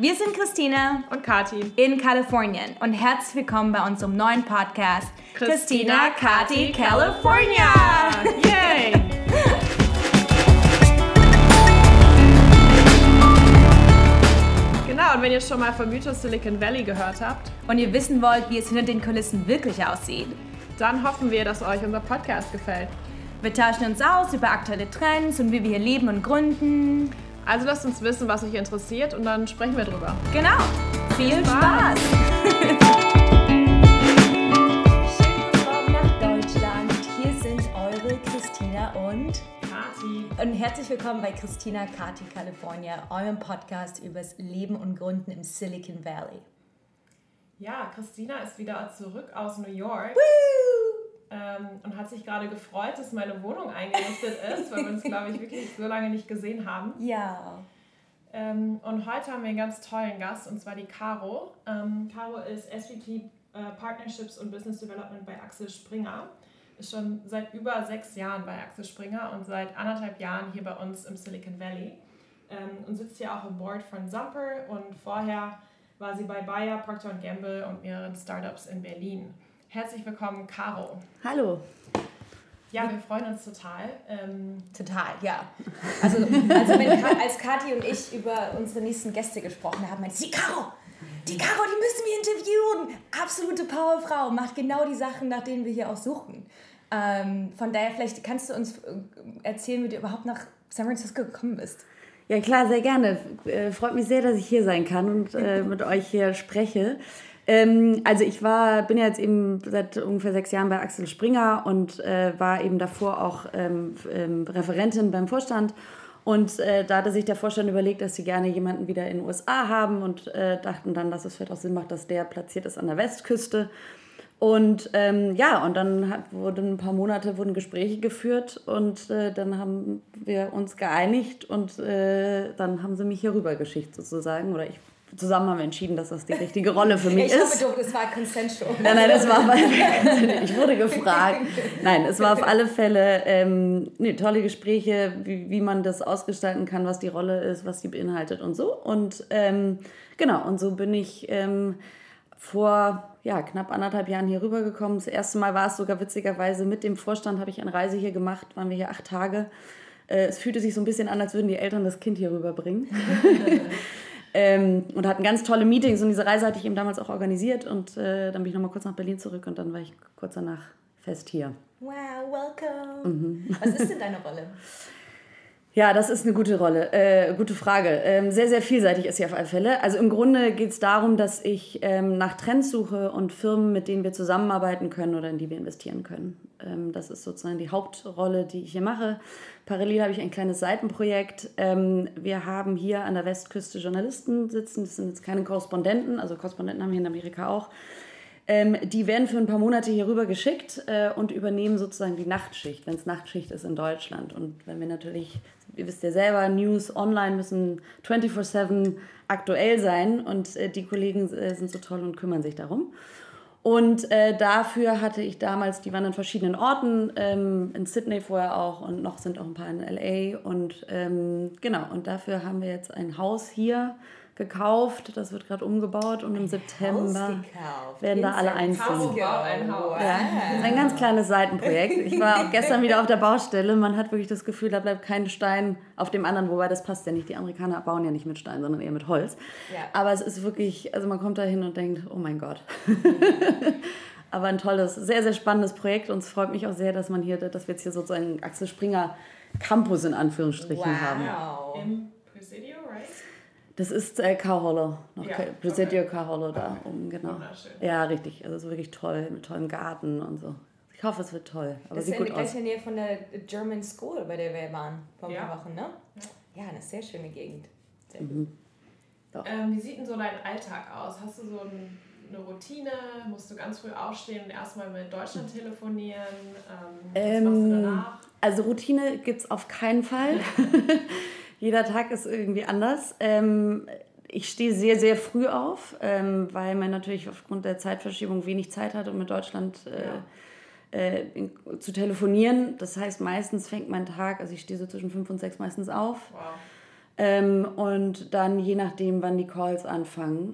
Wir sind Christina und Kathi in Kalifornien und herzlich willkommen bei unserem neuen Podcast Christina, Kathi, California! Yay! Genau, und wenn ihr schon mal von Mythos Silicon Valley gehört habt und ihr wissen wollt, wie es hinter den Kulissen wirklich aussieht, dann hoffen wir, dass euch unser Podcast gefällt. Wir tauschen uns aus über aktuelle Trends und wie wir hier leben und gründen. Also lasst uns wissen, was euch interessiert und dann sprechen wir drüber. Genau. Viel Spaß. Schönen guten Morgen nach Deutschland. Hier sind eure Christina und Kathi. Und herzlich willkommen bei Christina, Kathi, California, eurem Podcast übers Leben und Gründen im Silicon Valley. Ja, Christina ist wieder zurück aus New York. Und hat sich gerade gefreut, dass meine Wohnung eingerichtet ist, weil wir uns, glaube ich, wirklich so lange nicht gesehen haben. Ja. Und heute haben wir einen ganz tollen Gast, und zwar die Caro. Caro ist SVP Partnerships und Business Development bei Axel Springer. Ist schon seit über 6 Jahren bei Axel Springer und seit 1,5 Jahren hier bei uns im Silicon Valley. Und sitzt hier auch im Board von Zumper und vorher war sie bei Bayer, Procter & Gamble und mehreren Startups in Berlin. Herzlich willkommen, Caro. Hallo. Ja, wir freuen uns total. Total, ja. Also als Kathi und ich über unsere nächsten Gäste gesprochen haben, meinte sie, die Caro, die müssen wir interviewen. Absolute Powerfrau, macht genau die Sachen, nach denen wir hier auch suchen. Von daher, vielleicht kannst du uns erzählen, wie du überhaupt nach San Francisco gekommen bist. Ja klar, sehr gerne. Freut mich sehr, dass ich hier sein kann und mit euch hier spreche. Also ich bin ja jetzt eben seit ungefähr 6 Jahren bei Axel Springer und war eben davor auch Referentin beim Vorstand. Und da hatte sich der Vorstand überlegt, dass sie gerne jemanden wieder in den USA haben und dachten dann, dass es vielleicht auch Sinn macht, dass der platziert ist an der Westküste. Und und dann wurden ein paar Monate Gespräche geführt und dann haben wir uns geeinigt und dann haben sie mich hier rübergeschickt sozusagen, oder zusammen haben wir entschieden, dass das die richtige Rolle für mich ist. Ich hoffe, das war consensual. Nein, das war ich wurde gefragt. Nein, es war auf alle Fälle tolle Gespräche, wie man das ausgestalten kann, was die Rolle ist, was sie beinhaltet und so. Und und so bin ich vor knapp 1,5 Jahren hier rübergekommen. Das erste Mal war es sogar witzigerweise mit dem Vorstand, habe ich eine Reise hier gemacht, waren wir hier 8 Tage. Es fühlte sich so ein bisschen an, als würden die Eltern das Kind hier rüberbringen. Und hatten ganz tolle Meetings und diese Reise hatte ich eben damals auch organisiert und dann bin ich nochmal kurz nach Berlin zurück und dann war ich kurz danach fest hier. Wow, welcome. Was ist denn deine Rolle? Ja, das ist eine gute Rolle, gute Frage. Sehr, sehr vielseitig ist sie auf alle Fälle. Also im Grunde geht es darum, dass ich nach Trends suche und Firmen, mit denen wir zusammenarbeiten können oder in die wir investieren können. Das ist sozusagen die Hauptrolle, die ich hier mache. Parallel habe ich ein kleines Seitenprojekt. Wir haben hier an der Westküste Journalisten sitzen. Das sind jetzt keine Korrespondenten, also Korrespondenten haben wir in Amerika auch. Die werden für ein paar Monate hier rüber geschickt und übernehmen sozusagen die Nachtschicht, wenn es Nachtschicht ist in Deutschland. Und wenn wir natürlich, ihr wisst ja selber, News online müssen 24/7 aktuell sein und die Kollegen sind so toll und kümmern sich darum. Und dafür hatte ich damals, die waren an verschiedenen Orten, in Sydney vorher auch und noch sind auch ein paar in L.A. Und und dafür haben wir jetzt ein Haus hier gekauft, das wird gerade umgebaut und im September werden da alle einziehen. Ein Haus. Ja, das ist ein ganz kleines Seitenprojekt. Ich war auch gestern wieder auf der Baustelle. Man hat wirklich das Gefühl, da bleibt kein Stein auf dem anderen, wobei das passt ja nicht. Die Amerikaner bauen ja nicht mit Stein, sondern eher mit Holz. Ja. Aber es ist wirklich, also man kommt da hin und denkt, oh mein Gott. Aber ein tolles, sehr, sehr spannendes Projekt und es freut mich auch sehr, dass wir jetzt hier sozusagen einen Axel Springer Campus in Anführungsstrichen haben. Im Presidio, right? Das ist Car Hollow, Presidio okay. Car Hollow da oben, genau. Ja, richtig. Also es ist wirklich toll, mit tollem Garten und so. Ich hoffe, es wird toll. Aber das sieht gut aus. Das ist in der Nähe von der German School, bei der wir waren vor ein paar Wochen, ne? Ja, eine sehr schöne Gegend. Sehr gut. Wie sieht denn so dein Alltag aus? Hast du so eine Routine? Musst du ganz früh aufstehen und erstmal mit Deutschland telefonieren? Was machst du danach? Also Routine gibt es auf keinen Fall. Jeder Tag ist irgendwie anders. Ich stehe sehr, sehr früh auf, weil man natürlich aufgrund der Zeitverschiebung wenig Zeit hat, um mit Deutschland zu telefonieren. Das heißt, meistens fängt mein Tag, also ich stehe so zwischen 5 und 6 meistens auf. Wow. Und dann je nachdem, wann die Calls anfangen.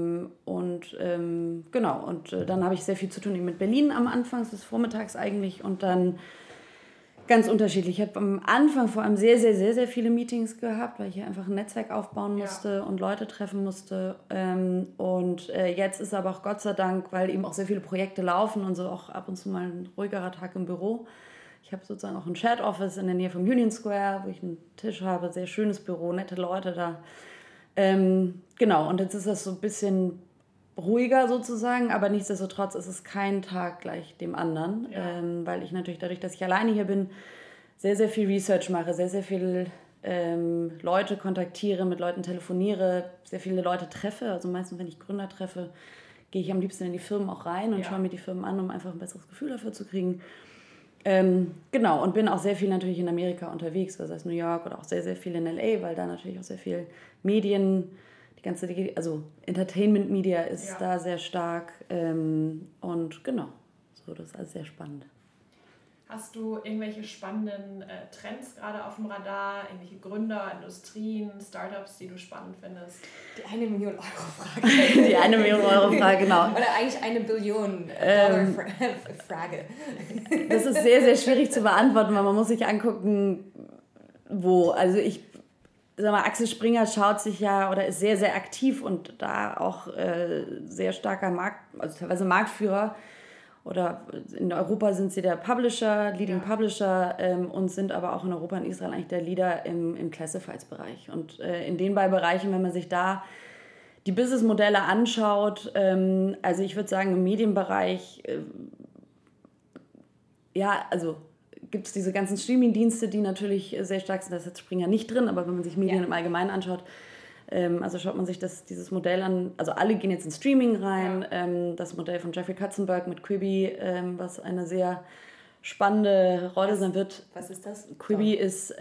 Genau, und dann habe ich sehr viel zu tun mit Berlin am Anfang, das ist vormittags eigentlich, und dann ganz unterschiedlich. Ich habe am Anfang vor allem sehr, sehr, sehr, sehr viele Meetings gehabt, weil ich hier einfach ein Netzwerk aufbauen musste und Leute treffen musste. Jetzt ist aber auch Gott sei Dank, weil eben auch sehr viele Projekte laufen und so auch ab und zu mal ein ruhigerer Tag im Büro. Ich habe sozusagen auch ein Shared Office in der Nähe vom Union Square, wo ich einen Tisch habe, sehr schönes Büro, nette Leute da. Genau, und jetzt ist das so ein bisschen ruhiger sozusagen, aber nichtsdestotrotz ist es kein Tag gleich dem anderen, weil ich natürlich dadurch, dass ich alleine hier bin, sehr, sehr viel Research mache, sehr, sehr viele Leute kontaktiere, mit Leuten telefoniere, sehr viele Leute treffe. Also meistens, wenn ich Gründer treffe, gehe ich am liebsten in die Firmen auch rein und schaue mir die Firmen an, um einfach ein besseres Gefühl dafür zu kriegen. Genau, und bin auch sehr viel natürlich in Amerika unterwegs, sei es New York oder auch sehr, sehr viel in LA, weil da natürlich auch sehr viel Medien, die ganze, also Entertainment-Media ist da sehr stark. Und genau, so, das ist alles sehr spannend. Hast du irgendwelche spannenden Trends gerade auf dem Radar, irgendwelche Gründer, Industrien, Startups, die du spannend findest? Die 1 Million Euro Frage. Die 1 Million Euro Frage, genau. Oder eigentlich 1 Billion Dollar Frage. Das ist sehr, sehr schwierig zu beantworten, weil man muss sich angucken, wo. Also ich sag mal, Axel Springer schaut sich ja oder ist sehr, sehr aktiv und da auch sehr starker also teilweise Marktführer. Oder in Europa sind sie der Publisher, Leading Publisher und sind aber auch in Europa und Israel eigentlich der Leader im Classifieds-Bereich. Und in den beiden Bereichen, wenn man sich da die Businessmodelle anschaut, also ich würde sagen, im Medienbereich, also gibt es diese ganzen Streaming-Dienste, die natürlich sehr stark sind. Da ist jetzt Springer nicht drin, aber wenn man sich Medien im Allgemeinen anschaut, also schaut man sich dieses Modell an, also alle gehen jetzt in Streaming rein, das Modell von Jeffrey Katzenberg mit Quibi, was eine sehr spannende Rolle sein wird. Was ist das? Quibi ist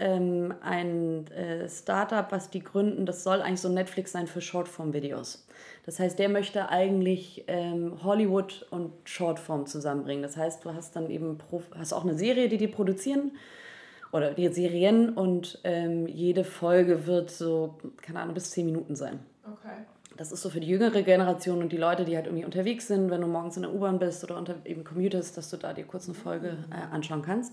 ein Startup, was die gründen, das soll eigentlich so ein Netflix sein für Shortform-Videos. Das heißt, der möchte eigentlich Hollywood und Shortform zusammenbringen. Das heißt, du hast dann eben hast auch eine Serie, die produzieren, oder die Serien, und jede Folge wird so, keine Ahnung, bis 10 Minuten sein. Okay. Das ist so für die jüngere Generation und die Leute, die halt irgendwie unterwegs sind, wenn du morgens in der U-Bahn bist oder eben commutest, dass du da dir kurz eine Folge anschauen kannst.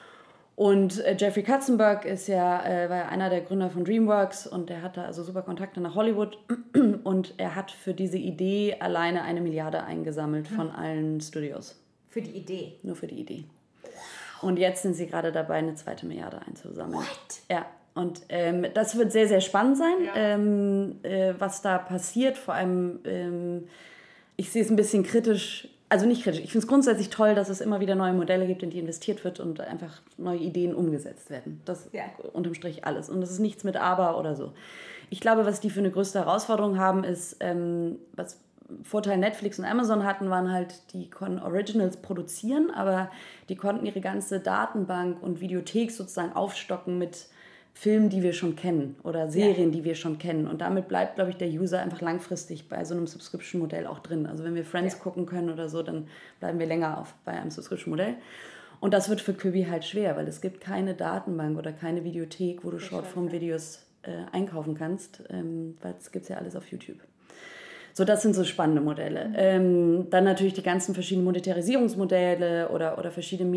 Und Jeffrey Katzenberg war ja einer der Gründer von DreamWorks und der hatte also super Kontakte nach Hollywood und er hat für diese Idee alleine 1 Milliarde eingesammelt von allen Studios. Für die Idee? Nur für die Idee. Und jetzt sind sie gerade dabei, eine 2. Milliarde einzusammeln. What? Ja, und das wird sehr, sehr spannend sein, was da passiert. Vor allem, ich sehe es ein bisschen kritisch, also nicht kritisch. Ich finde es grundsätzlich toll, dass es immer wieder neue Modelle gibt, in die investiert wird und einfach neue Ideen umgesetzt werden. Das unterm Strich alles. Und das ist nichts mit Aber oder so. Ich glaube, was die für eine größte Herausforderung haben, ist, was Vorteil Netflix und Amazon hatten, waren halt, die konnten Originals produzieren, aber die konnten ihre ganze Datenbank und Videothek sozusagen aufstocken mit Filmen, die wir schon kennen oder Serien, die wir schon kennen. Und damit bleibt, glaube ich, der User einfach langfristig bei so einem Subscription-Modell auch drin. Also wenn wir Friends gucken können oder so, dann bleiben wir länger bei einem Subscription-Modell. Und das wird für Quibi halt schwer, weil es gibt keine Datenbank oder keine Videothek, wo du Shortform-Videos einkaufen kannst, weil das gibt es ja alles auf YouTube. So, das sind so spannende Modelle. Dann natürlich die ganzen verschiedenen Monetarisierungsmodelle oder verschiedene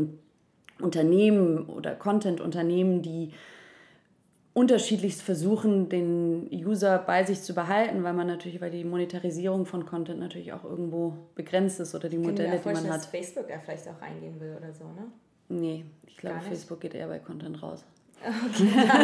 Medienunternehmen oder Content-Unternehmen, die unterschiedlichst versuchen, den User bei sich zu behalten, weil die Monetarisierung von Content natürlich auch irgendwo begrenzt ist oder die Modelle, die man hat. Dass Facebook ja vielleicht auch reingehen will oder so, ne? Nee, ich glaube, Facebook geht eher bei Content raus. Okay,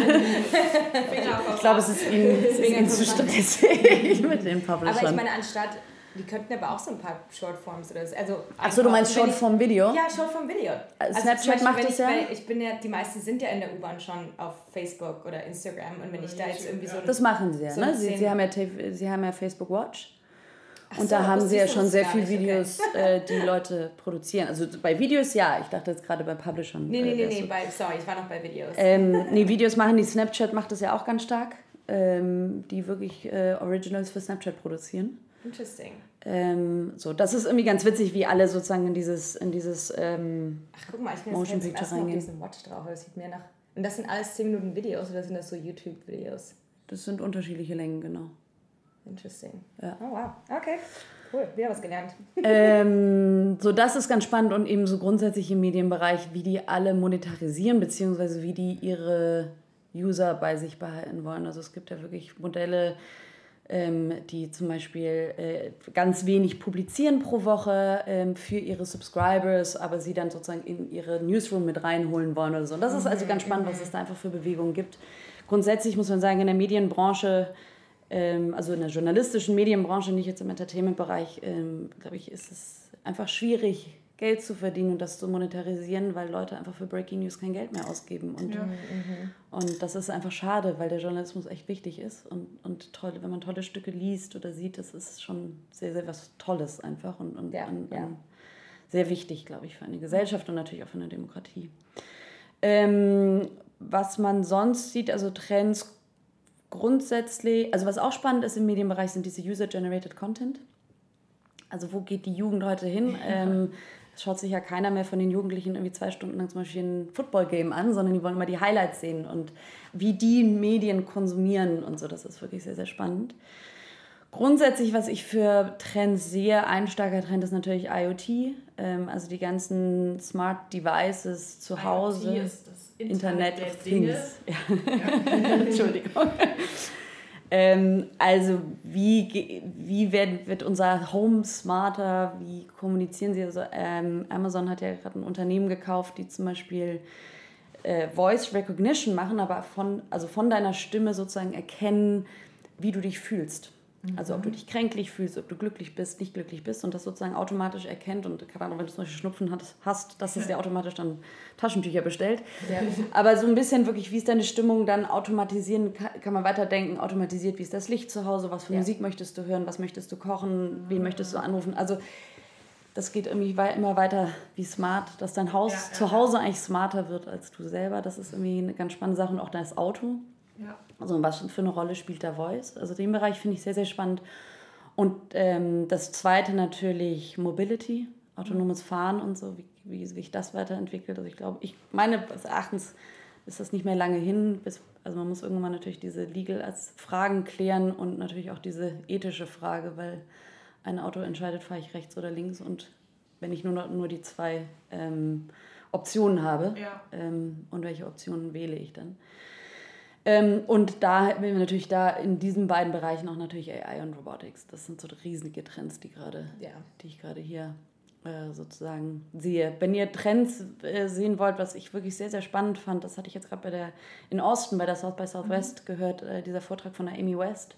ich glaube, es ist ihnen zu stressig mit den Publishern. Aber ich meine, die könnten aber auch so ein paar Shortforms oder so. Also achso, du meinst Shortform-Video? Ja, Shortform-Video. Also Snapchat macht das ja? Die meisten sind ja in der U-Bahn schon auf Facebook oder Instagram und wenn ich da jetzt irgendwie so... Das machen sie ja, so ne? Sie haben ja Facebook Watch. Und da haben sie ja schon sehr viele Videos, die Leute produzieren. Also bei Videos ja, ich dachte jetzt gerade bei Publishern. Nee, sorry, ich war noch bei Videos. Videos machen die, Snapchat macht das ja auch ganz stark, die wirklich Originals für Snapchat produzieren. Interesting. So, das ist irgendwie ganz witzig, wie alle sozusagen in dieses Ach, guck mal, ich bin Motion jetzt Picture erst mal auf reingehen. diesen Watch drauf, das sieht mehr nach Und das sind alles 10 Minuten Videos oder sind das so YouTube-Videos? Das sind unterschiedliche Längen, genau. Interesting. Ja. Oh wow, okay. Cool, wieder was gelernt. So, das ist ganz spannend und eben so grundsätzlich im Medienbereich, wie die alle monetarisieren, beziehungsweise wie die ihre User bei sich behalten wollen. Also es gibt ja wirklich Modelle, die zum Beispiel ganz wenig publizieren pro Woche für ihre Subscribers, aber sie dann sozusagen in ihre Newsroom mit reinholen wollen oder so. Und das ist also ganz spannend, was es da einfach für Bewegungen gibt. Grundsätzlich muss man sagen, in der Medienbranche, also in der journalistischen Medienbranche, nicht jetzt im Entertainment-Bereich, glaube ich, ist es einfach schwierig, Geld zu verdienen und das zu monetarisieren, weil Leute einfach für Breaking News kein Geld mehr ausgeben. Und das ist einfach schade, weil der Journalismus echt wichtig ist. Und toll, wenn man tolle Stücke liest oder sieht, das ist schon sehr, sehr was Tolles einfach und sehr wichtig, glaube ich, für eine Gesellschaft und natürlich auch für eine Demokratie. Was man sonst sieht, also Trends grundsätzlich, also was auch spannend ist im Medienbereich, sind diese User-Generated Content. Also wo geht die Jugend heute hin? Es schaut sich ja keiner mehr von den Jugendlichen irgendwie 2 Stunden lang zum Beispiel ein Football-Game an, sondern die wollen immer die Highlights sehen und wie die Medien konsumieren und so. Das ist wirklich sehr, sehr spannend. Grundsätzlich, was ich für Trends sehe, ein starker Trend ist natürlich IoT, also die ganzen Smart Devices zu Hause. IoT ist das Internet der of Dinge. Things. Ja. Entschuldigung. Also wie wird unser Home smarter, wie kommunizieren sie? Also Amazon hat ja gerade ein Unternehmen gekauft, die zum Beispiel Voice Recognition machen, aber von deiner Stimme sozusagen erkennen, wie du dich fühlst. Also ob du dich kränklich fühlst, ob du glücklich bist, nicht glücklich bist und das sozusagen automatisch erkennt und keine Ahnung, wenn du zum Beispiel Schnupfen hast, dass es dir automatisch dann Taschentücher bestellt. Ja. Aber so ein bisschen wirklich, wie ist deine Stimmung, dann automatisieren, kann man weiterdenken, automatisiert, wie ist das Licht zu Hause, was für Musik möchtest du hören, was möchtest du kochen, wen möchtest du anrufen. Also das geht irgendwie immer weiter wie smart, dass dein Haus zu Hause eigentlich smarter wird als du selber. Das ist irgendwie eine ganz spannende Sache und auch das Auto. Ja. Also was für eine Rolle spielt da Voice? Also den Bereich finde ich sehr, sehr spannend. Und das Zweite natürlich Mobility, autonomes Fahren und so, wie sich das weiterentwickelt. Also ich glaube, meines Erachtens ist das nicht mehr lange hin. Also man muss irgendwann natürlich diese Legal als Fragen klären und natürlich auch diese ethische Frage, weil ein Auto entscheidet, fahre ich rechts oder links und wenn ich nur die 2 Optionen habe und welche Optionen wähle ich dann. Und da haben wir natürlich in diesen beiden Bereichen auch natürlich AI und Robotics. Das sind so riesige Trends, die ich gerade hier sozusagen sehe. Wenn ihr Trends sehen wollt, was ich wirklich sehr, sehr spannend fand, das hatte ich jetzt gerade in Austin bei der South by Southwest gehört, dieser Vortrag von der Amy Webb,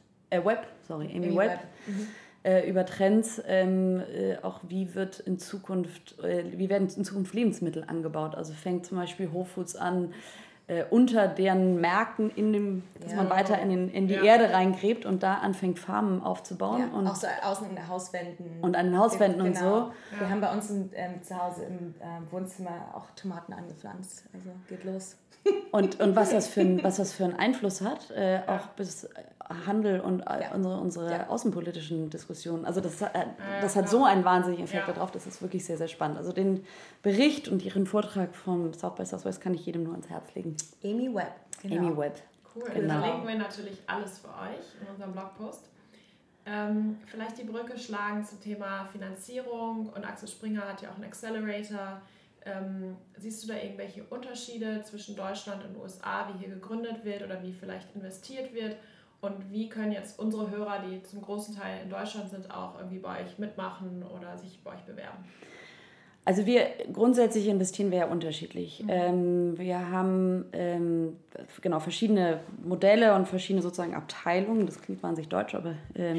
über Trends, auch wie werden in Zukunft Lebensmittel angebaut. Also fängt zum Beispiel Whole Foods an, unter deren Märkten dass man weiter in die Erde reingräbt und da anfängt, Farmen aufzubauen. Ja, und auch so außen in den Hauswänden. Und an den Hauswänden und so. Ja. Wir haben bei uns zu Hause im Wohnzimmer auch Tomaten angepflanzt. Also geht los. Und was das für einen Einfluss hat, auch bis Handel und unsere außenpolitischen Diskussionen. Also das hat so einen wahnsinnigen Effekt darauf, das ist wirklich sehr, sehr spannend. Also den Bericht und ihren Vortrag vom South by Southwest kann ich jedem nur ans Herz legen. Amy Webb. Genau. Amy Webb. Cool, genau. Dann verlinken wir natürlich alles für euch in unserem Blogpost. Vielleicht die Brücke schlagen zum Thema Finanzierung und Axel Springer hat ja auch einen Accelerator. Siehst du da irgendwelche Unterschiede zwischen Deutschland und USA, wie hier gegründet wird oder wie vielleicht investiert wird? Und wie können jetzt unsere Hörer, die zum großen Teil in Deutschland sind, auch irgendwie bei euch mitmachen oder sich bei euch bewerben? Also grundsätzlich investieren wir ja unterschiedlich. Wir haben verschiedene Modelle und verschiedene sozusagen Abteilungen. Das klingt wahnsinnig deutsch, aber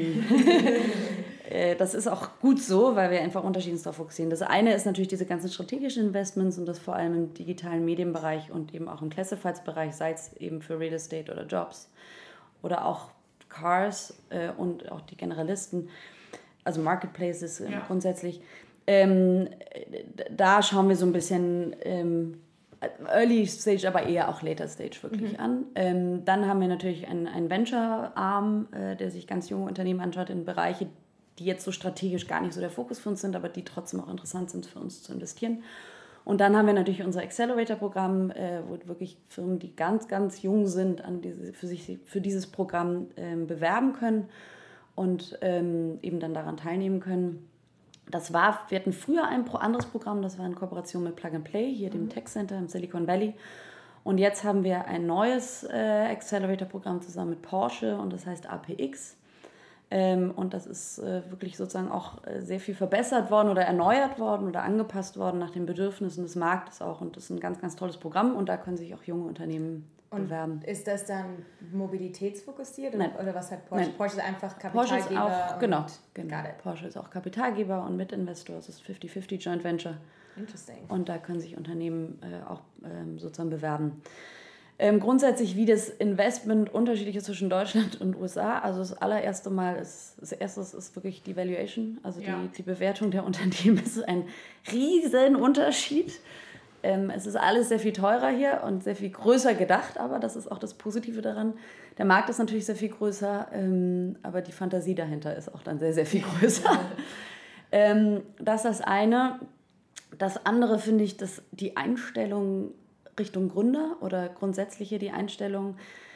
das ist auch gut so, weil wir einfach unterschiedlich darauf fokussieren. Das eine ist natürlich diese ganzen strategischen Investments und das vor allem im digitalen Medienbereich und eben auch im Classifieds-Bereich, sei es eben für Real Estate oder Jobs oder auch Cars und auch die Generalisten, also Marketplaces grundsätzlich. Da schauen wir so ein bisschen Early Stage, aber eher auch Later Stage wirklich an. Dann haben wir natürlich einen Venture-Arm, der sich ganz junge Unternehmen anschaut in Bereiche, die jetzt so strategisch gar nicht so der Fokus für uns sind, aber die trotzdem auch interessant sind für uns zu investieren. Und dann haben wir natürlich unser Accelerator-Programm, wo wirklich Firmen, die ganz, ganz jung sind, für dieses Programm bewerben können und eben dann daran teilnehmen können. Wir hatten früher ein anderes Programm, das war in Kooperation mit Plug and Play, hier dem Tech Center im Silicon Valley. Und jetzt haben wir ein neues Accelerator-Programm zusammen mit Porsche und das heißt APX. Und das ist wirklich sozusagen auch sehr viel verbessert worden oder erneuert worden oder angepasst worden nach den Bedürfnissen des Marktes auch. Und das ist ein ganz, ganz tolles Programm und da können sich auch junge Unternehmen bewerben. Ist das dann mobilitätsfokussiert oder was hat Porsche? Nein. Porsche ist einfach Porsche ist Kapitalgeber. auch, genau. Porsche ist auch Kapitalgeber und Mitinvestor. Es ist 50-50 Joint Venture. Interesting. Und da können sich Unternehmen auch sozusagen bewerben. Grundsätzlich, wie das Investment unterschiedlich ist zwischen Deutschland und USA. Also das allererste Mal ist wirklich die Valuation, also die Bewertung der Unternehmen ist ein riesen Unterschied. Es ist alles sehr viel teurer hier und sehr viel größer gedacht, aber das ist auch das Positive daran. Der Markt ist natürlich sehr viel größer, aber die Fantasie dahinter ist auch dann sehr, sehr viel größer. Das ist das eine. Das andere finde ich, dass die Einstellung Richtung Gründer oder grundsätzlich hier die Einstellung,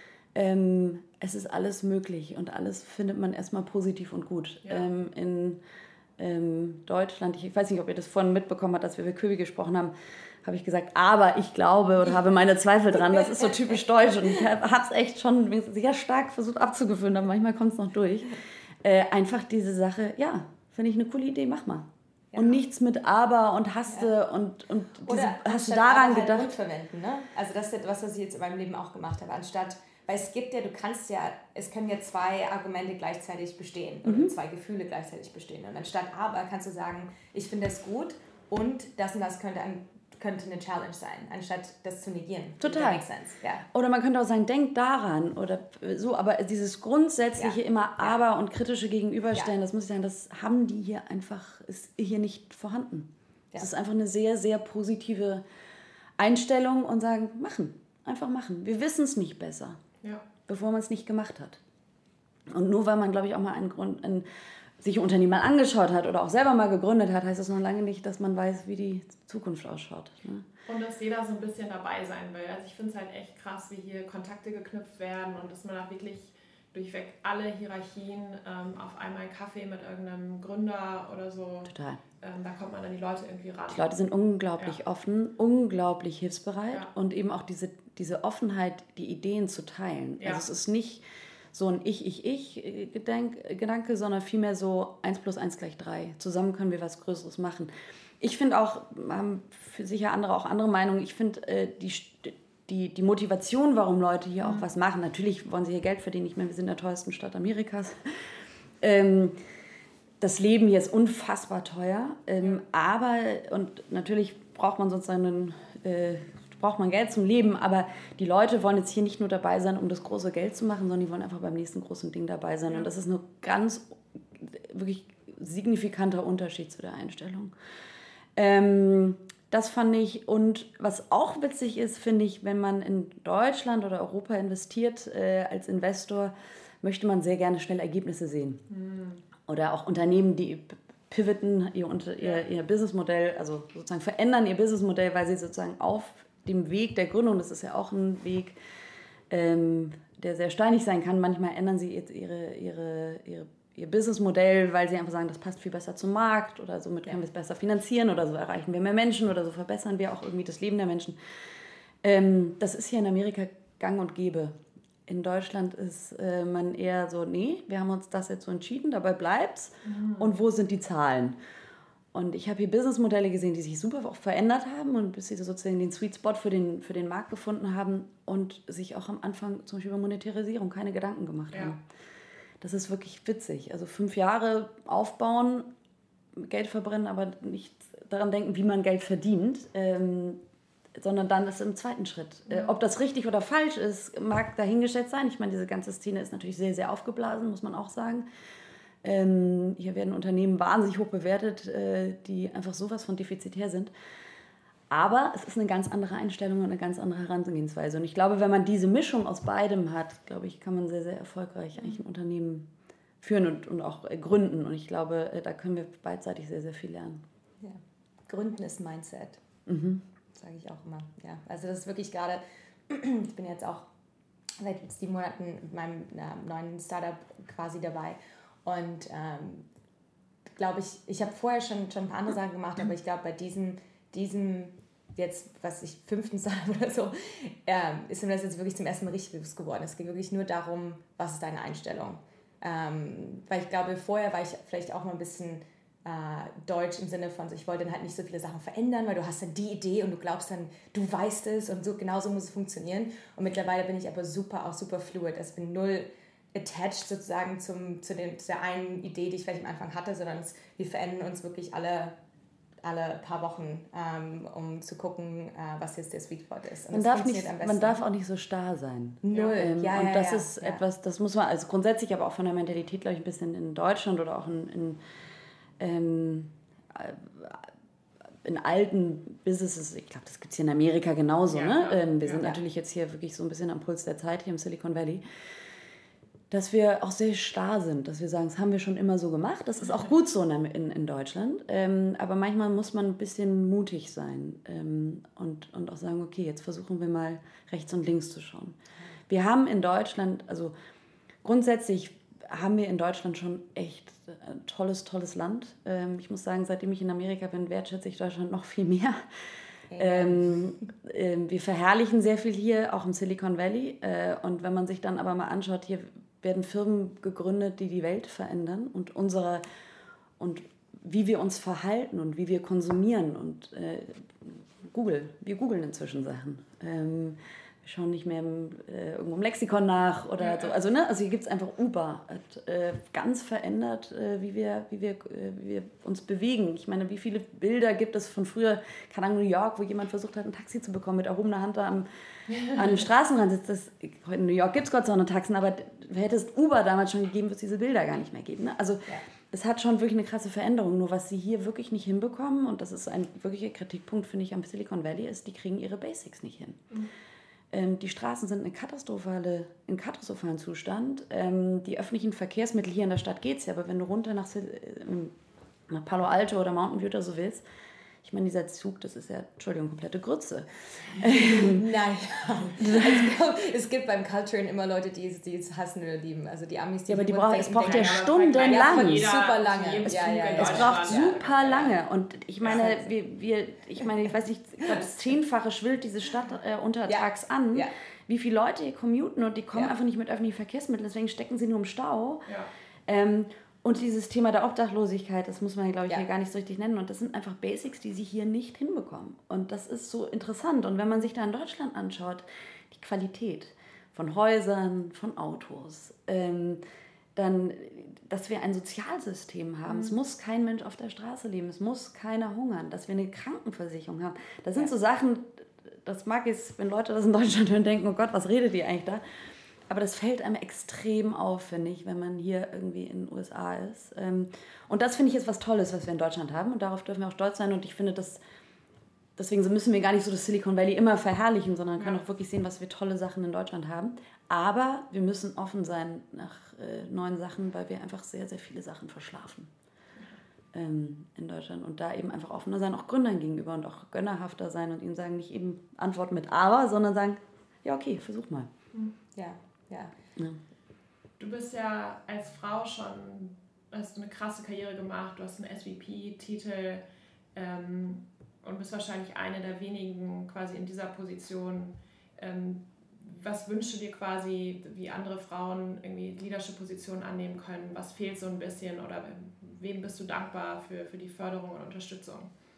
es ist alles möglich und alles findet man erstmal positiv und gut. Ja. In Deutschland, ich weiß nicht, ob ihr das vorhin mitbekommen habt, als wir über Köbi gesprochen haben, habe ich gesagt, aber ich glaube oder habe meine Zweifel dran, das ist so typisch deutsch und ich habe es echt schon sehr stark versucht abzugewöhnen, aber manchmal kommt es noch durch. Einfach diese Sache, ja, finde ich eine coole Idee, mach mal. Ja. Und nichts mit aber und hasste und hast du daran gedacht? Halt verwenden, ne? Also das ist was ich jetzt in meinem Leben auch gemacht habe, anstatt, weil es gibt ja, es können ja zwei Argumente gleichzeitig bestehen oder zwei Gefühle gleichzeitig bestehen und anstatt aber kannst du sagen, ich finde das gut und das könnte eine Challenge sein, anstatt das zu negieren. Total. Ja. Oder man könnte auch sagen, denk daran oder so, aber dieses grundsätzliche immer aber und kritische Gegenüberstellen, das muss ich sagen, das haben die hier einfach, ist hier nicht vorhanden. Das ist einfach eine sehr, sehr positive Einstellung und sagen, einfach machen. Wir wissen es nicht besser, bevor man es nicht gemacht hat. Und nur weil man, glaube ich, auch mal sich ein Unternehmen mal angeschaut hat oder auch selber mal gegründet hat, heißt das noch lange nicht, dass man weiß, wie die Zukunft ausschaut. Ne? Und dass jeder so ein bisschen dabei sein will. Also ich finde es halt echt krass, wie hier Kontakte geknüpft werden und dass man auch wirklich durchweg alle Hierarchien auf einmal einen Kaffee mit irgendeinem Gründer oder so. Total. Da kommt man an die Leute irgendwie ran. Die Leute sind unglaublich offen, unglaublich hilfsbereit und eben auch diese Offenheit, die Ideen zu teilen. Ja. Also es ist nicht so ein Ich-Gedanke, sondern vielmehr so 1 + 1 = 3. Zusammen können wir was Größeres machen. Ich finde auch, haben für sicher andere auch andere Meinungen, ich finde die Motivation, warum Leute hier auch was machen, natürlich wollen sie hier Geld verdienen, ich meine, wir sind in der teuersten Stadt Amerikas. Das Leben hier ist unfassbar teuer, aber, und natürlich braucht man sozusagen braucht man Geld zum Leben, aber die Leute wollen jetzt hier nicht nur dabei sein, um das große Geld zu machen, sondern die wollen einfach beim nächsten großen Ding dabei sein. Und das ist ein ganz, wirklich signifikanter Unterschied zu der Einstellung. Das fand ich, und was auch witzig ist, finde ich, wenn man in Deutschland oder Europa investiert als Investor, möchte man sehr gerne schnell Ergebnisse sehen. Oder auch Unternehmen, die pivoten ihr Businessmodell, also sozusagen verändern ihr Businessmodell, weil sie sozusagen auf dem Weg der Gründung, das ist ja auch ein Weg, der sehr steinig sein kann. Manchmal ändern sie jetzt ihr Businessmodell, weil sie einfach sagen, das passt viel besser zum Markt oder somit können wir es besser finanzieren oder so erreichen wir mehr Menschen oder so verbessern wir auch irgendwie das Leben der Menschen. Das ist hier in Amerika gang und gäbe. In Deutschland ist man eher so, nee, wir haben uns das jetzt so entschieden, dabei bleibt's. Und wo sind die Zahlen? Und ich habe hier Businessmodelle gesehen, die sich super auch verändert haben und bis sie sozusagen den Sweet Spot für den Markt gefunden haben und sich auch am Anfang zum Beispiel über Monetarisierung keine Gedanken gemacht haben. Das ist wirklich witzig. Also 5 Jahre aufbauen, Geld verbrennen, aber nicht daran denken, wie man Geld verdient, sondern dann ist im zweiten Schritt. Ob das richtig oder falsch ist, mag dahingestellt sein. Ich meine, diese ganze Szene ist natürlich sehr, sehr aufgeblasen, muss man auch sagen. Hier werden Unternehmen wahnsinnig hoch bewertet, die einfach sowas von defizitär sind. Aber es ist eine ganz andere Einstellung und eine ganz andere Herangehensweise. Und ich glaube, wenn man diese Mischung aus beidem hat, glaube ich, kann man sehr, sehr erfolgreich eigentlich ein Unternehmen führen und auch gründen. Und ich glaube, da können wir beidseitig sehr, sehr viel lernen. Ja. Gründen ist Mindset. Sage ich auch immer. Ja, also das ist wirklich gerade, ich bin jetzt auch seit 7 Monaten mit meinem neuen Startup quasi dabei und glaube ich habe vorher schon ein paar andere Sachen gemacht, aber ich glaube bei diesem jetzt, was ich 5. Startup oder so, ist mir das jetzt wirklich zum ersten Mal richtig bewusst geworden. Es geht wirklich nur darum, was ist deine Einstellung. Weil ich glaube, vorher war ich vielleicht auch mal ein bisschen deutsch im Sinne von, ich wollte dann halt nicht so viele Sachen verändern, weil du hast dann die Idee und du glaubst dann, du weißt es und so genauso muss es funktionieren. Und mittlerweile bin ich aber super fluid. Ich bin null attached sozusagen zu der einen Idee, die ich vielleicht am Anfang hatte, sondern wir verändern uns wirklich alle paar Wochen, um zu gucken, was jetzt der Sweet Spot ist. Und man darf auch nicht so starr sein. Null. Und das ist etwas, das muss man, also grundsätzlich aber auch von der Mentalität, glaube ich, ein bisschen in Deutschland oder auch in alten Businesses, ich glaube, das gibt es hier in Amerika genauso. Wir sind natürlich jetzt hier wirklich so ein bisschen am Puls der Zeit hier im Silicon Valley, dass wir auch sehr starr sind, dass wir sagen, das haben wir schon immer so gemacht. Das ist auch gut so in Deutschland. Aber manchmal muss man ein bisschen mutig sein und auch sagen, okay, jetzt versuchen wir mal rechts und links zu schauen. Wir haben in Deutschland, also grundsätzlich haben wir in Deutschland schon echt ein tolles Land. Ich muss sagen, seitdem ich in Amerika bin, wertschätze ich Deutschland noch viel mehr. Wir verherrlichen sehr viel hier, auch im Silicon Valley. Und wenn man sich dann aber mal anschaut, hier werden Firmen gegründet, die die Welt verändern und wie wir uns verhalten und wie wir konsumieren. Und wir googeln inzwischen Sachen. Wir schauen nicht mehr irgendwo im Lexikon nach oder so. Also hier gibt es einfach Uber. Hat ganz verändert, wie wir uns bewegen. Ich meine, wie viele Bilder gibt es von früher, keine Ahnung, New York, wo jemand versucht hat, ein Taxi zu bekommen mit erhobener Hand da an einem Straßenrand. Heute in New York gibt es Gott sei Dank noch Taxen, aber hätte es Uber damals schon gegeben, wird es diese Bilder gar nicht mehr geben. Ne? Also es hat schon wirklich eine krasse Veränderung. Nur was sie hier wirklich nicht hinbekommen, und das ist ein wirklicher Kritikpunkt, finde ich, am Silicon Valley, ist, die kriegen ihre Basics nicht hin. Die Straßen sind in katastrophalen Zustand. Die öffentlichen Verkehrsmittel hier in der Stadt geht es ja, aber wenn du runter nach Palo Alto oder Mountain View oder so willst, ich meine, dieser Zug, das ist ja, Entschuldigung, komplette Grütze. Naja, also, es gibt beim Culturen immer Leute, die es hassen oder lieben. Also die Amis, die aber es braucht ja stundenlang. Super lange. Es braucht super lange. Und ich meine, ich weiß nicht, ich glaube, das 10-fache schwillt diese Stadt untertags an. Ja. Wie viele Leute hier commuten und die kommen einfach nicht mit öffentlichen Verkehrsmitteln, deswegen stecken sie nur im Stau. Ja. Und dieses Thema der Obdachlosigkeit, das muss man, glaube ich, hier gar nicht so richtig nennen. Und das sind einfach Basics, die sie hier nicht hinbekommen. Und das ist so interessant. Und wenn man sich da in Deutschland anschaut, die Qualität von Häusern, von Autos, dann, dass wir ein Sozialsystem haben. Es muss kein Mensch auf der Straße leben. Es muss keiner hungern. Dass wir eine Krankenversicherung haben. Das sind so Sachen, das mag jetzt, wenn Leute das in Deutschland hören, denken, oh Gott, was redet die eigentlich da? Aber das fällt einem extrem auf, finde ich, wenn man hier irgendwie in den USA ist. Und das finde ich jetzt was Tolles, was wir in Deutschland haben. Und darauf dürfen wir auch stolz sein. Und ich finde, deswegen müssen wir gar nicht so das Silicon Valley immer verherrlichen, sondern können auch wirklich sehen, was wir tolle Sachen in Deutschland haben. Aber wir müssen offen sein nach neuen Sachen, weil wir einfach sehr, sehr viele Sachen verschlafen in Deutschland. Und da eben einfach offener sein, auch Gründern gegenüber und auch gönnerhafter sein und ihnen sagen, nicht eben antworten mit Aber, sondern sagen, ja okay, versuch mal. Ja. Du bist ja als Frau hast du eine krasse Karriere gemacht, du hast einen SVP-Titel und bist wahrscheinlich eine der wenigen quasi in dieser Position. Was wünschst du dir quasi, wie andere Frauen irgendwie Leadership-Positionen annehmen können? Was fehlt so ein bisschen oder wem bist du dankbar für die Förderung und Unterstützung?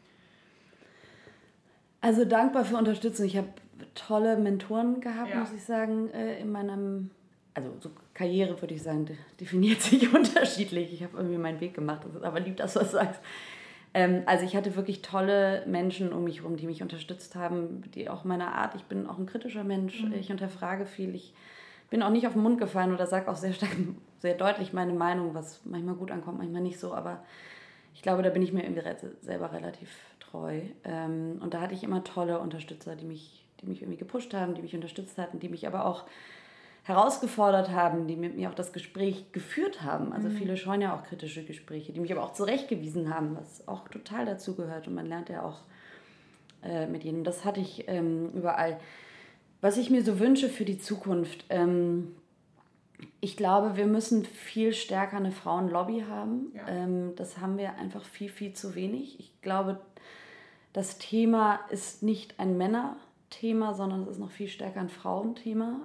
Also dankbar für Unterstützung. Ich habe tolle Mentoren gehabt, muss ich sagen, in meinem, also so Karriere würde ich sagen, definiert sich unterschiedlich. Ich habe irgendwie meinen Weg gemacht, das ist aber lieb, dass du das sagst. Also ich hatte wirklich tolle Menschen um mich herum, die mich unterstützt haben, die auch meiner Art, ich bin auch ein kritischer Mensch, ich hinterfrage viel, ich bin auch nicht auf den Mund gefallen oder sage auch sehr stark, sehr deutlich meine Meinung, was manchmal gut ankommt, manchmal nicht so, aber ich glaube, da bin ich mir irgendwie selber relativ treu. Und da hatte ich immer tolle Unterstützer, die mich irgendwie gepusht haben, die mich unterstützt hatten, die mich aber auch herausgefordert haben, die mit mir auch das Gespräch geführt haben. Also viele scheuen ja auch kritische Gespräche, die mich aber auch zurechtgewiesen haben, was auch total dazu gehört. Und man lernt ja auch mit jedem. Das hatte ich überall. Was ich mir so wünsche für die Zukunft, ich glaube, wir müssen viel stärker eine Frauenlobby haben. Ja. Das haben wir einfach viel, viel zu wenig. Ich glaube, das Thema ist nicht ein Männerthema, sondern es ist noch viel stärker ein Frauenthema.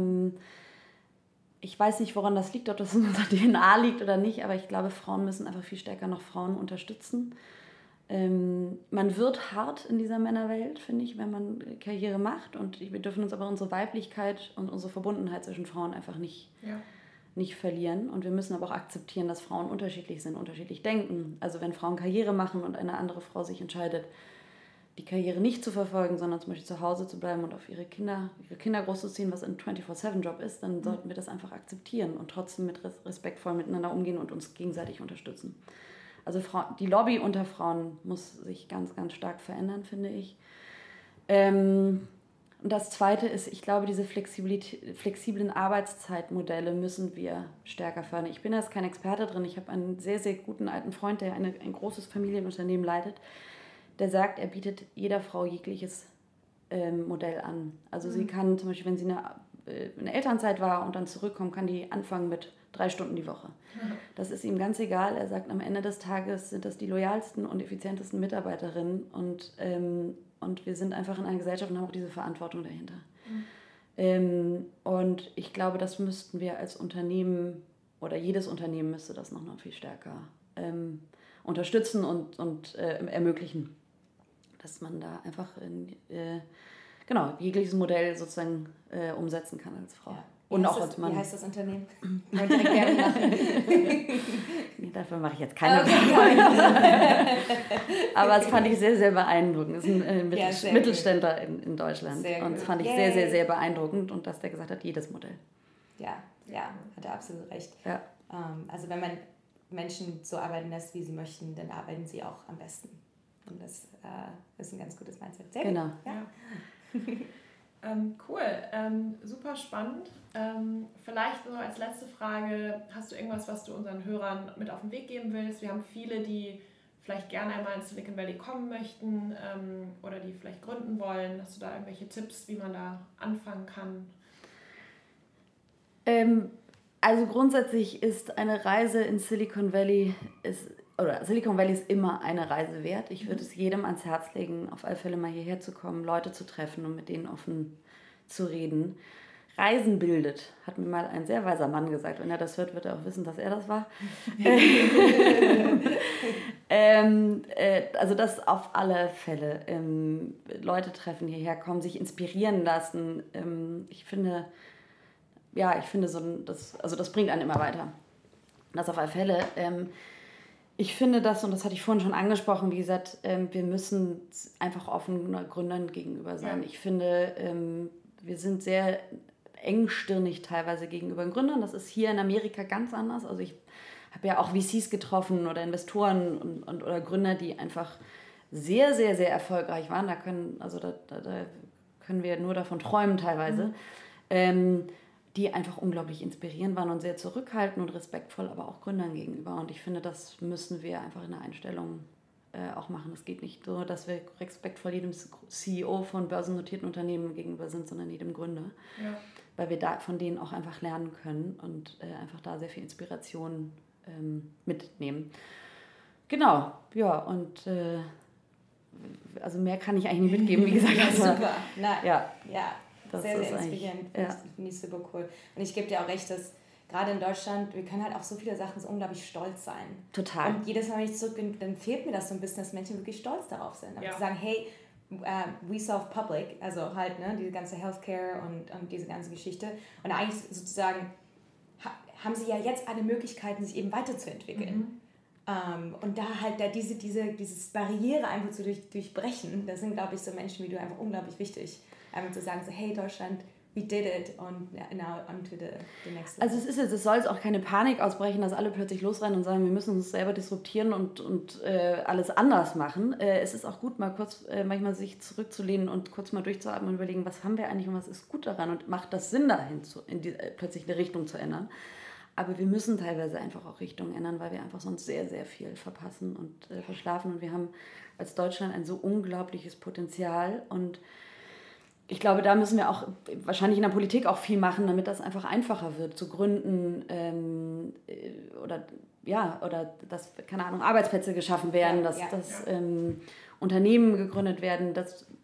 Ich weiß nicht, woran das liegt, ob das in unserer DNA liegt oder nicht, aber ich glaube, Frauen müssen einfach viel stärker noch Frauen unterstützen. Man wird hart in dieser Männerwelt, finde ich, wenn man Karriere macht. Und wir dürfen uns aber unsere Weiblichkeit und unsere Verbundenheit zwischen Frauen einfach nicht verlieren. Und wir müssen aber auch akzeptieren, dass Frauen unterschiedlich sind, unterschiedlich denken. Also wenn Frauen Karriere machen und eine andere Frau sich entscheidet, die Karriere nicht zu verfolgen, sondern zum Beispiel zu Hause zu bleiben und auf ihre Kinder großzuziehen, was ein 24/7-Job ist, dann sollten wir das einfach akzeptieren und trotzdem mit respektvoll miteinander umgehen und uns gegenseitig unterstützen. Also die Lobby unter Frauen muss sich ganz, ganz stark verändern, finde ich. Und das Zweite ist, ich glaube, diese flexiblen Arbeitszeitmodelle müssen wir stärker fördern. Ich bin jetzt kein Experte drin. Ich habe einen sehr, sehr guten alten Freund, der ein großes Familienunternehmen leitet, der sagt, er bietet jeder Frau jegliches Modell an. Also sie kann zum Beispiel, wenn sie in der Elternzeit war und dann zurückkommt, kann die anfangen mit 3 Stunden die Woche. Das ist ihm ganz egal. Er sagt, am Ende des Tages sind das die loyalsten und effizientesten Mitarbeiterinnen und wir sind einfach in einer Gesellschaft und haben auch diese Verantwortung dahinter. Und ich glaube, das müssten wir als Unternehmen oder jedes Unternehmen müsste das noch viel stärker unterstützen und ermöglichen, dass man da einfach jegliches Modell sozusagen umsetzen kann als Frau. Ja. Und auch als Mann. Wie heißt das Unternehmen? Gerne machen. Dafür mache ich jetzt keine Aber das fand ich sehr, sehr beeindruckend. Das ist ein Mittelständler in Deutschland. Sehr und das fand ich sehr, sehr, sehr beeindruckend. Und dass der gesagt hat, jedes Modell. Ja, hat er absolut recht. Ja. Also wenn man Menschen so arbeiten lässt, wie sie möchten, dann arbeiten sie auch am besten. Und das ist ein ganz gutes Mindset. Sehr genau. Gut. Ja. Cool, super spannend. Vielleicht so als letzte Frage, hast du irgendwas, was du unseren Hörern mit auf den Weg geben willst? Wir haben viele, die vielleicht gerne einmal in Silicon Valley kommen möchten oder die vielleicht gründen wollen. Hast du da irgendwelche Tipps, wie man da anfangen kann? Also grundsätzlich ist eine Reise in Silicon Valley ist immer eine Reise wert. Ich würde es jedem ans Herz legen, auf alle Fälle mal hierher zu kommen, Leute zu treffen und mit denen offen zu reden. Reisen bildet, hat mir mal ein sehr weiser Mann gesagt. Wenn er das hört, wird er auch wissen, dass er das war. Also das auf alle Fälle. Leute treffen, hierher kommen, sich inspirieren lassen. Ich finde das bringt einen immer weiter. Das auf alle Fälle. Ich finde das, und das hatte ich vorhin schon angesprochen, wie gesagt, wir müssen einfach offen Gründern gegenüber sein. Ja. Ich finde, wir sind sehr engstirnig teilweise gegenüber den Gründern. Das ist hier in Amerika ganz anders. Also ich habe ja auch VCs getroffen oder Investoren oder Gründer, die einfach sehr, sehr, sehr erfolgreich waren. Da können wir nur davon träumen teilweise. Die einfach unglaublich inspirierend waren und sehr zurückhaltend und respektvoll, aber auch Gründern gegenüber. Und ich finde, das müssen wir einfach in der Einstellung auch machen. Es geht nicht so, dass wir respektvoll jedem CEO von börsennotierten Unternehmen gegenüber sind, sondern jedem Gründer. Ja. Weil wir da von denen auch einfach lernen können und einfach da sehr viel Inspiration mitnehmen. Genau, ja, und also mehr kann ich eigentlich nicht mitgeben, wie gesagt. Super, nein. Ja. Das sehr, sehr inspirierend. Finde ich super cool. Und ich gebe dir auch recht, dass gerade in Deutschland, wir können halt auf so viele Sachen so unglaublich stolz sein. Total. Und jedes Mal, wenn ich zurück bin, dann fehlt mir das so ein bisschen, dass Menschen wirklich stolz darauf sind. Aber zu sagen, hey, we solve public, also halt diese ganze Healthcare und diese ganze Geschichte. Und eigentlich sozusagen haben sie ja jetzt alle Möglichkeiten, sich eben weiterzuentwickeln. Und da halt dieses Barriere einfach zu durchbrechen, das sind, glaube ich, so Menschen wie du einfach unglaublich wichtig. Einfach zu sagen, so, hey Deutschland, we did it und now on to the next level. Also es soll jetzt auch keine Panik ausbrechen, dass alle plötzlich losrennen und sagen, wir müssen uns selber disruptieren und alles anders machen. Es ist auch gut, mal kurz manchmal sich zurückzulehnen und kurz mal durchzuatmen und überlegen, was haben wir eigentlich und was ist gut daran und macht das Sinn dahin, plötzlich eine Richtung zu ändern. Aber wir müssen teilweise einfach auch Richtungen ändern, weil wir einfach sonst sehr, sehr viel verpassen und verschlafen. Und wir haben als Deutschland ein so unglaubliches Potenzial. Und ich glaube, da müssen wir auch wahrscheinlich in der Politik auch viel machen, damit das einfach einfacher wird, zu gründen oder dass, keine Ahnung, Arbeitsplätze geschaffen werden, dass Unternehmen gegründet werden.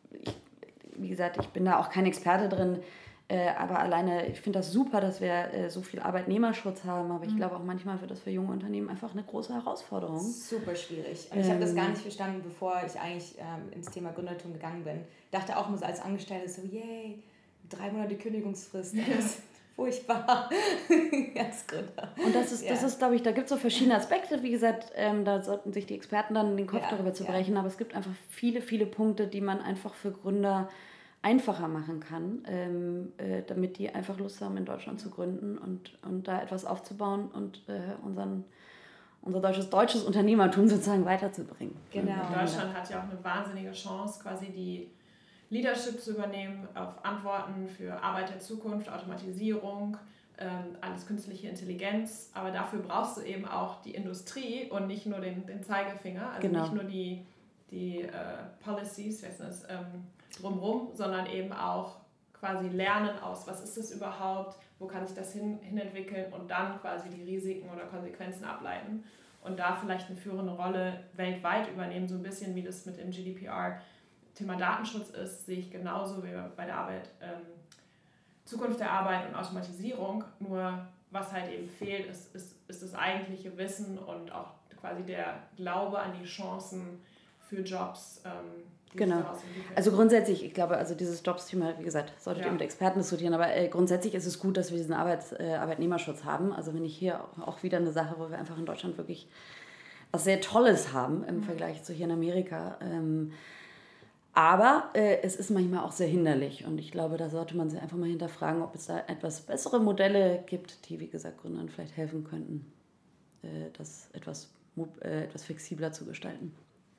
Wie gesagt, ich bin da auch kein Experte drin, aber alleine, ich finde das super, dass wir so viel Arbeitnehmerschutz haben, aber ich glaube auch manchmal wird das für junge Unternehmen einfach eine große Herausforderung. Super schwierig. Und ich habe das gar nicht verstanden, bevor ich eigentlich ins Thema Gründertum gegangen bin. Dachte auch immer so als Angestellte so, yay, 3 Monate Kündigungsfrist, das ist furchtbar als Gründer. Und das ist, glaube ich, da gibt es so verschiedene Aspekte, wie gesagt, da sollten sich die Experten dann den Kopf darüber zerbrechen, aber es gibt einfach viele, viele Punkte, die man einfach für Gründer einfacher machen kann, damit die einfach Lust haben, in Deutschland zu gründen und da etwas aufzubauen und unser deutsches Unternehmertum sozusagen weiterzubringen. Genau. Deutschland hat ja auch eine wahnsinnige Chance, quasi die Leadership zu übernehmen auf Antworten für Arbeit der Zukunft, Automatisierung, alles künstliche Intelligenz, aber dafür brauchst du eben auch die Industrie und nicht nur den Zeigefinger, also nicht nur die Policies, drumherum, sondern eben auch quasi lernen aus, was ist das überhaupt, wo kann ich das hinentwickeln und dann quasi die Risiken oder Konsequenzen ableiten und da vielleicht eine führende Rolle weltweit übernehmen, so ein bisschen wie das mit dem GDPR Thema Datenschutz ist, sehe ich genauso wie bei der Arbeit, Zukunft der Arbeit und Automatisierung, nur was halt eben fehlt, ist das eigentliche Wissen und auch quasi der Glaube an die Chancen für Jobs, genau. Also grundsätzlich, ich glaube, also dieses Jobs-Thema, wie gesagt, solltet ihr mit Experten diskutieren, aber grundsätzlich ist es gut, dass wir diesen Arbeitnehmerschutz haben. Also wenn ich hier auch wieder eine Sache, wo wir einfach in Deutschland wirklich was sehr Tolles haben im Vergleich zu hier in Amerika. Aber es ist manchmal auch sehr hinderlich und ich glaube, da sollte man sich einfach mal hinterfragen, ob es da etwas bessere Modelle gibt, die, wie gesagt, Gründern vielleicht helfen könnten, das etwas flexibler zu gestalten.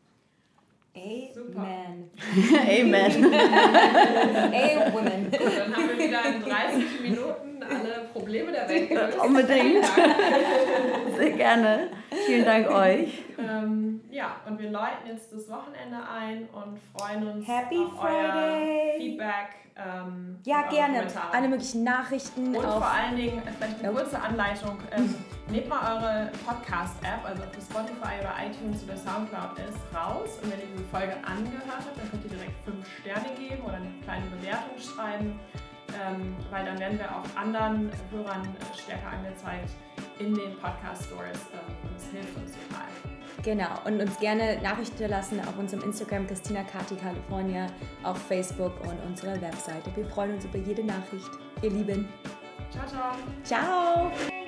Amen. Amen. Amen. Gut, dann haben wir wieder in 30 Minuten alle Probleme der Welt gelöst. Unbedingt. Sehr gerne. Vielen Dank euch. Und wir läuten jetzt das Wochenende ein und freuen uns auf euer Feedback. Gerne. Kommentare. Alle möglichen Nachrichten. Und vor allen Dingen vielleicht eine kurze Anleitung. Nehmt mal eure Podcast-App, also ob die Spotify oder iTunes oder Soundcloud ist, raus. Und wenn ihr diese Folge angehört habt, dann könnt ihr direkt 5 Sterne geben oder eine kleine Bewertung schreiben. Weil dann werden wir auch anderen Hörern stärker angezeigt in den Podcast-Stores. Das hilft uns total. Genau, und uns gerne Nachrichten lassen auf unserem Instagram Christina Kati California, auf Facebook und unserer Webseite. Wir freuen uns über jede Nachricht. Ihr Lieben. Ciao, ciao. Ciao.